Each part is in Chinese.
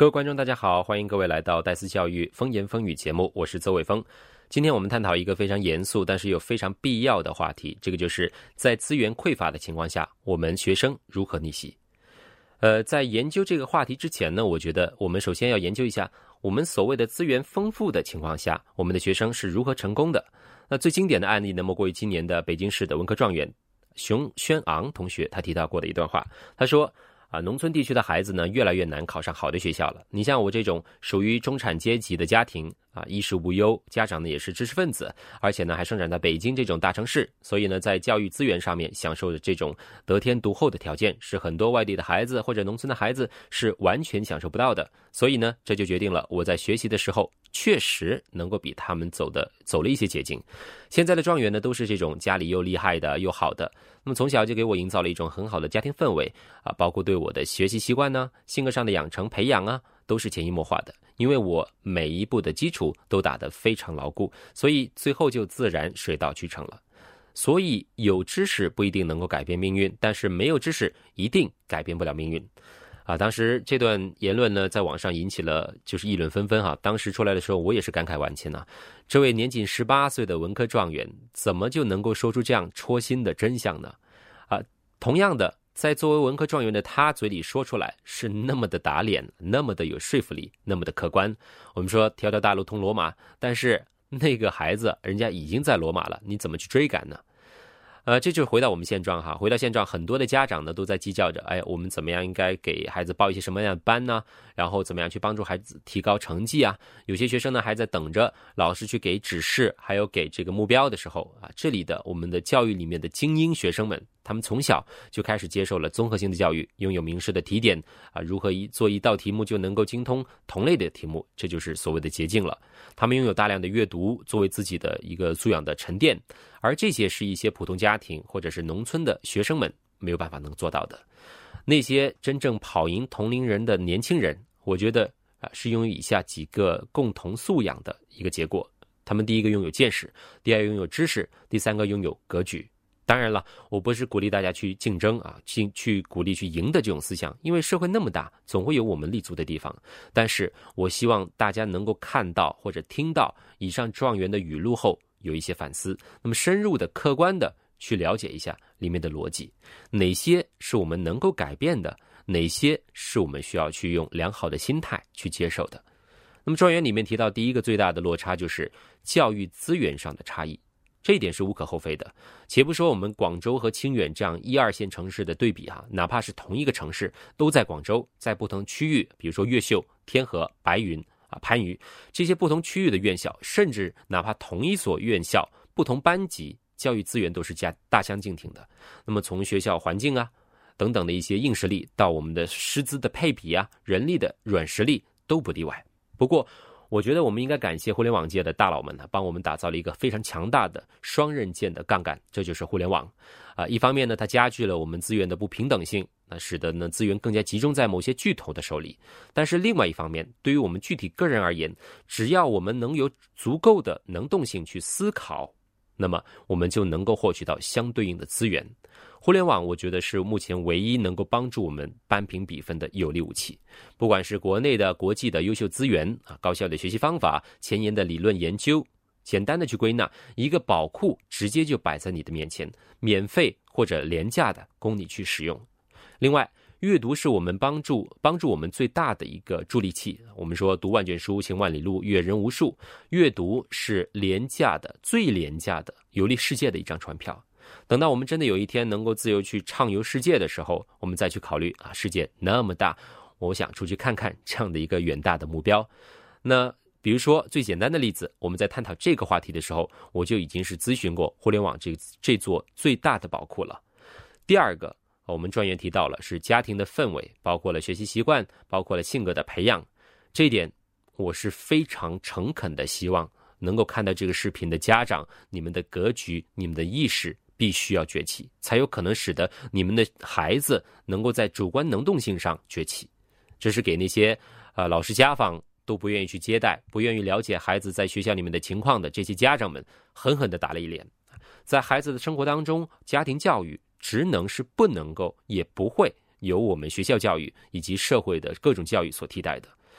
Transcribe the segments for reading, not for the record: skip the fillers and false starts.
各位观众大家好，欢迎各位来到戴思教育风言风语节目，我是邹伟峰。今天我们探讨一个非常严肃但是又非常必要的话题，这个就是在资源匮乏的情况下，我们学生如何逆袭。在研究这个话题之前呢，我觉得我们首先要研究一下我们所谓的资源丰富的情况下，我们的学生是如何成功的。那最经典的案例呢，莫过于今年的北京市的文科状元熊轩昂同学，他提到过的一段话。他说农村地区的孩子呢，越来越难考上好的学校了。你像我这种属于中产阶级的家庭衣食无忧，家长呢也是知识分子，而且呢还生长在北京这种大城市，所以呢在教育资源上面享受的这种得天独厚的条件，是很多外地的孩子或者农村的孩子是完全享受不到的。所以呢，这就决定了我在学习的时候确实能够比他们走了一些捷径。现在的状元呢，都是这种家里又厉害的又好的，那么从小就给我营造了一种很好的家庭氛围包括对我的学习习惯呢、性格上的养成培养都是潜移默化的。因为我每一步的基础都打得非常牢固，所以最后就自然水到渠成了。所以有知识不一定能够改变命运，但是没有知识一定改变不了命运。当时这段言论呢，在网上引起了就是议论纷纷当时出来的时候，我也是感慨万千这位年仅18岁的文科状元，怎么就能够说出这样戳心的真相呢？同样的，在作为文科状元的他嘴里说出来是那么的打脸，那么的有说服力，那么的客观。我们说条条大路通罗马，但是那个孩子人家已经在罗马了，你怎么去追赶呢？这就是回到我们现状回到现状，很多的家长呢都在计较着，我们怎么样应该给孩子报一些什么样的班呢？然后怎么样去帮助孩子提高成绩有些学生呢还在等着老师去给指示，还有给这个目标的时候这里的我们的教育里面的精英学生们，他们从小就开始接受了综合性的教育，拥有明示的题点如何做一道题目就能够精通同类的题目，这就是所谓的捷径了。他们拥有大量的阅读作为自己的一个素养的沉淀，而这些是一些普通家庭或者是农村的学生们没有办法能做到的。那些真正跑赢同龄人的年轻人，我觉得是拥有以下几个共同素养的一个结果。他们第一个拥有见识，第二个拥有知识，第三个拥有格局。当然了，我不是鼓励大家去竞争去鼓励去赢的这种思想，因为社会那么大，总会有我们立足的地方。但是我希望大家能够看到或者听到以上状元的语录后有一些反思，那么深入的客观的去了解一下里面的逻辑，哪些是我们能够改变的，哪些是我们需要去用良好的心态去接受的。那么状元里面提到第一个最大的落差就是教育资源上的差异，这一点是无可厚非的。且不说我们广州和清远这样1、2线城市的对比哪怕是同一个城市，都在广州，在不同区域，比如说越秀、天河、白云番禺这些不同区域的院校，甚至哪怕同一所院校不同班级，教育资源都是大相径庭的。那么从学校环境等等的一些硬实力，到我们的师资的配比人力的软实力都不例外。不过我觉得我们应该感谢互联网界的大佬们帮我们打造了一个非常强大的双刃剑的杠杆，这就是互联网一方面呢，它加剧了我们资源的不平等性，使得呢资源更加集中在某些巨头的手里。但是另外一方面，对于我们具体个人而言，只要我们能有足够的能动性去思考，那么我们就能够获取到相对应的资源。互联网我觉得是目前唯一能够帮助我们扳平比分的有力武器。不管是国内的国际的优秀资源高效的学习方法，前沿的理论研究，简单的去归纳，一个宝库直接就摆在你的面前，免费或者廉价的供你去使用。另外，阅读是我们帮助我们最大的一个助力器。我们说读万卷书行万里路，阅人无数，阅读是廉价的最廉价的游历世界的一张船票。等到我们真的有一天能够自由去畅游世界的时候，我们再去考虑世界那么大，我想出去看看这样的一个远大的目标。那比如说最简单的例子，我们在探讨这个话题的时候，我就已经是咨询过互联网这座最大的宝库了。第二个我们专员提到了是家庭的氛围，包括了学习习惯，包括了性格的培养。这一点我是非常诚恳的希望能够看到这个视频的家长，你们的格局，你们的意识必须要崛起，才有可能使得你们的孩子能够在主观能动性上崛起。这是给那些老师家访都不愿意去接待，不愿意了解孩子在学校里面的情况的这些家长们狠狠地打了一脸。在孩子的生活当中，家庭教育职能是不能够也不会由我们学校教育以及社会的各种教育所替代的。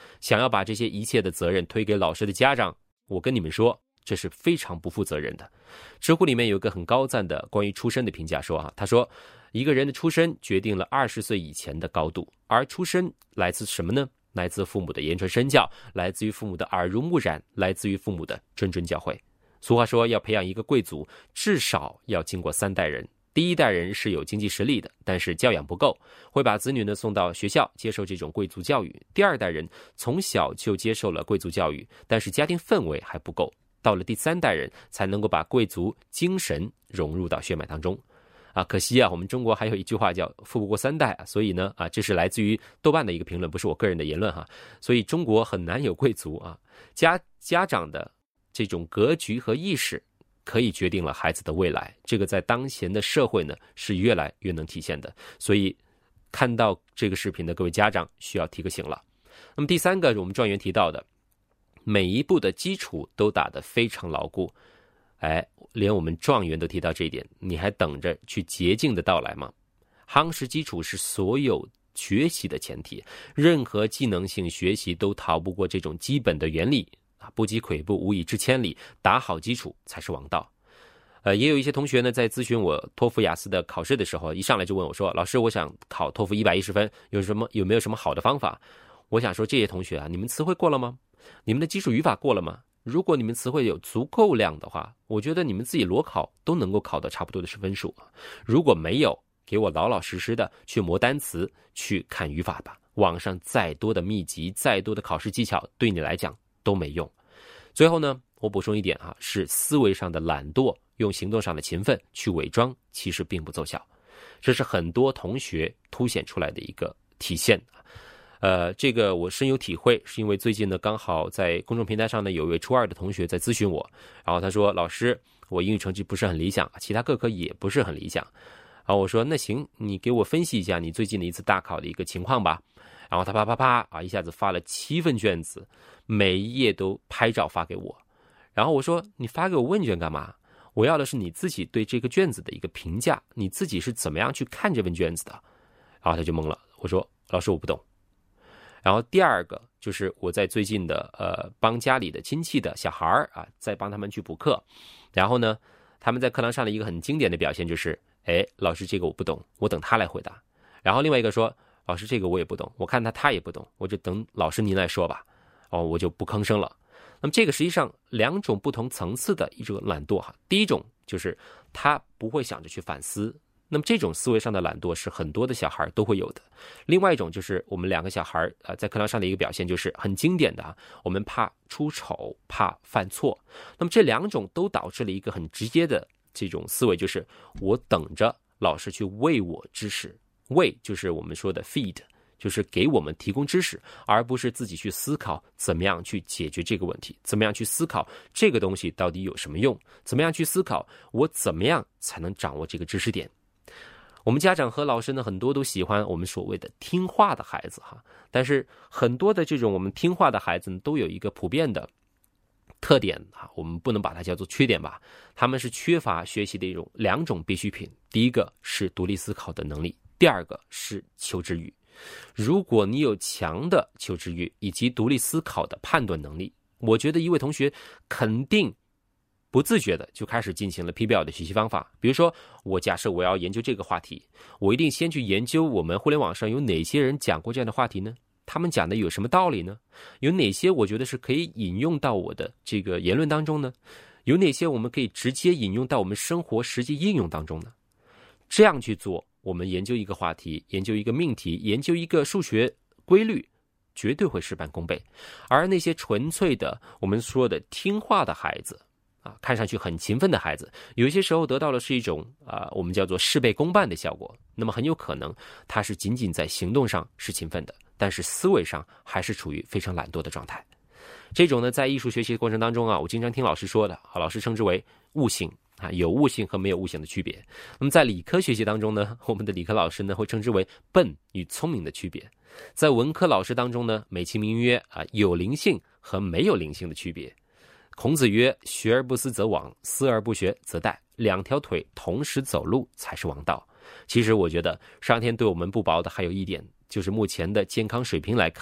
想要把这些一切的责任推给老师的家长，我跟你们说，这是非常不负责任的。知乎里面有一个很高赞的关于出身的评价说他说一个人的出身决定了20岁以前的高度，而出身来自什么呢？来自父母的言传身教，来自于父母的耳濡目染，来自于父母的谆谆教诲。俗话说，要培养一个贵族，至少要经过3代人。第一代人是有经济实力的，但是教养不够，会把子女呢送到学校接受这种贵族教育。第2代人从小就接受了贵族教育，但是家庭氛围还不够，到了第3代人才能够把贵族精神融入到血脉当中。可惜我们中国还有一句话叫富不过3代，所以呢这是来自于豆瓣的一个评论，不是我个人的言论所以中国很难有贵族家长的这种格局和意识可以决定了孩子的未来，这个在当前的社会呢是越来越能体现的。所以看到这个视频的各位家长需要提个醒了。那么第3个我们状元提到的，每一步的基础都打得非常牢固。连我们状元都提到这一点，你还等着去捷径的到来吗？夯实基础是所有学习的前提，任何技能性学习都逃不过这种基本的原理。不积跬步，无以至千里，打好基础才是王道。也有一些同学呢在咨询我托福雅思的考试的时候，一上来就问我说，老师，我想考托福110分，有没有什么好的方法？我想说，这些同学你们词汇过了吗？你们的基础语法过了吗？如果你们词汇有足够量的话，我觉得你们自己裸考都能够考到差不多的分数。如果没有，给我老老实实的去磨单词，去看语法吧。网上再多的秘籍，再多的考试技巧，对你来讲都没用。最后呢，我补充一点是思维上的懒惰，用行动上的勤奋去伪装，其实并不奏效。这是很多同学凸显出来的一个体现。这个我深有体会，是因为最近呢，刚好在公众平台上呢，有一位初2的同学在咨询我，然后他说，老师，我英语成绩不是很理想，其他各科也不是很理想。然后我说，那行，你给我分析一下你最近的一次大考的一个情况吧。然后他啪一下子发了7份卷子，每一页都拍照发给我。然后我说，你发给我问卷干嘛？我要的是你自己对这个卷子的一个评价，你自己是怎么样去看这份卷子的。然后他就懵了，我说，老师，我不懂。然后第2个就是我在最近的帮家里的亲戚的小孩在帮他们去补课。然后呢，他们在课堂上的一个很经典的表现就是，老师，这个我不懂，我等他来回答。然后另外一个说，老师，这个我也不懂，我看他也不懂，我就等老师您来说吧。我就不吭声了。那么这个实际上2种不同层次的一种懒惰第一种就是他不会想着去反思，那么这种思维上的懒惰是很多的小孩都会有的。另外一种就是我们2个小孩在课堂上的一个表现，就是很经典的我们怕出丑，怕犯错。那么这2种都导致了一个很直接的这种思维，就是我等着老师去喂我知识。喂就是我们说的 feed， 就是给我们提供知识，而不是自己去思考怎么样去解决这个问题，怎么样去思考这个东西到底有什么用，怎么样去思考我怎么样才能掌握这个知识点。我们家长和老师呢，很多都喜欢我们所谓的听话的孩子但是很多的这种我们听话的孩子呢，都有一个普遍的特点我们不能把它叫做缺点吧，他们是缺乏学习的2种必需品。第一个是独立思考的能力，第2个是求知欲。如果你有强的求知欲以及独立思考的判断能力，我觉得一位同学肯定不自觉的就开始进行了 PBL 的学习方法。比如说，我假设我要研究这个话题，我一定先去研究我们互联网上有哪些人讲过这样的话题呢？他们讲的有什么道理呢？有哪些我觉得是可以引用到我的这个言论当中呢？有哪些我们可以直接引用到我们生活实际应用当中呢？这样去做，我们研究一个话题，研究一个命题，研究一个数学规律，绝对会事半功倍。而那些纯粹的我们说的听话的孩子看上去很勤奋的孩子，有些时候得到的是一种我们叫做事倍功半的效果。那么很有可能他是仅仅在行动上是勤奋的，但是思维上还是处于非常懒惰的状态。这种呢，在艺术学习的过程当中我经常听老师说的老师称之为悟性有悟性和没有悟性的区别。那么在理科学习当中呢，我们的理科老师呢会称之为笨与聪明的区别。在文科老师当中呢，美其名曰有灵性和没有灵性的区别。孔子曰：学而不思则罔，思而不学则殆。2条腿同时走路才是王道。其实我觉得上天对我们不薄的还有一点，就是目前的健康水平来看，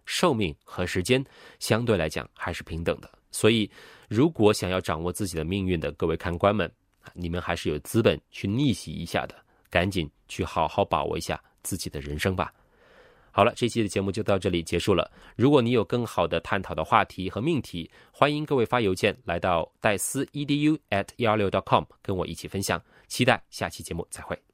寿命和时间相对来讲还是平等的。所以如果想要掌握自己的命运的各位看官们，你们还是有资本去逆袭一下的，赶紧去好好把握一下自己的人生吧。好了，这期的节目就到这里结束了。如果你有更好的探讨的话题和命题，欢迎各位发邮件来到戴斯 edu@126.com 跟我一起分享。期待下期节目再会。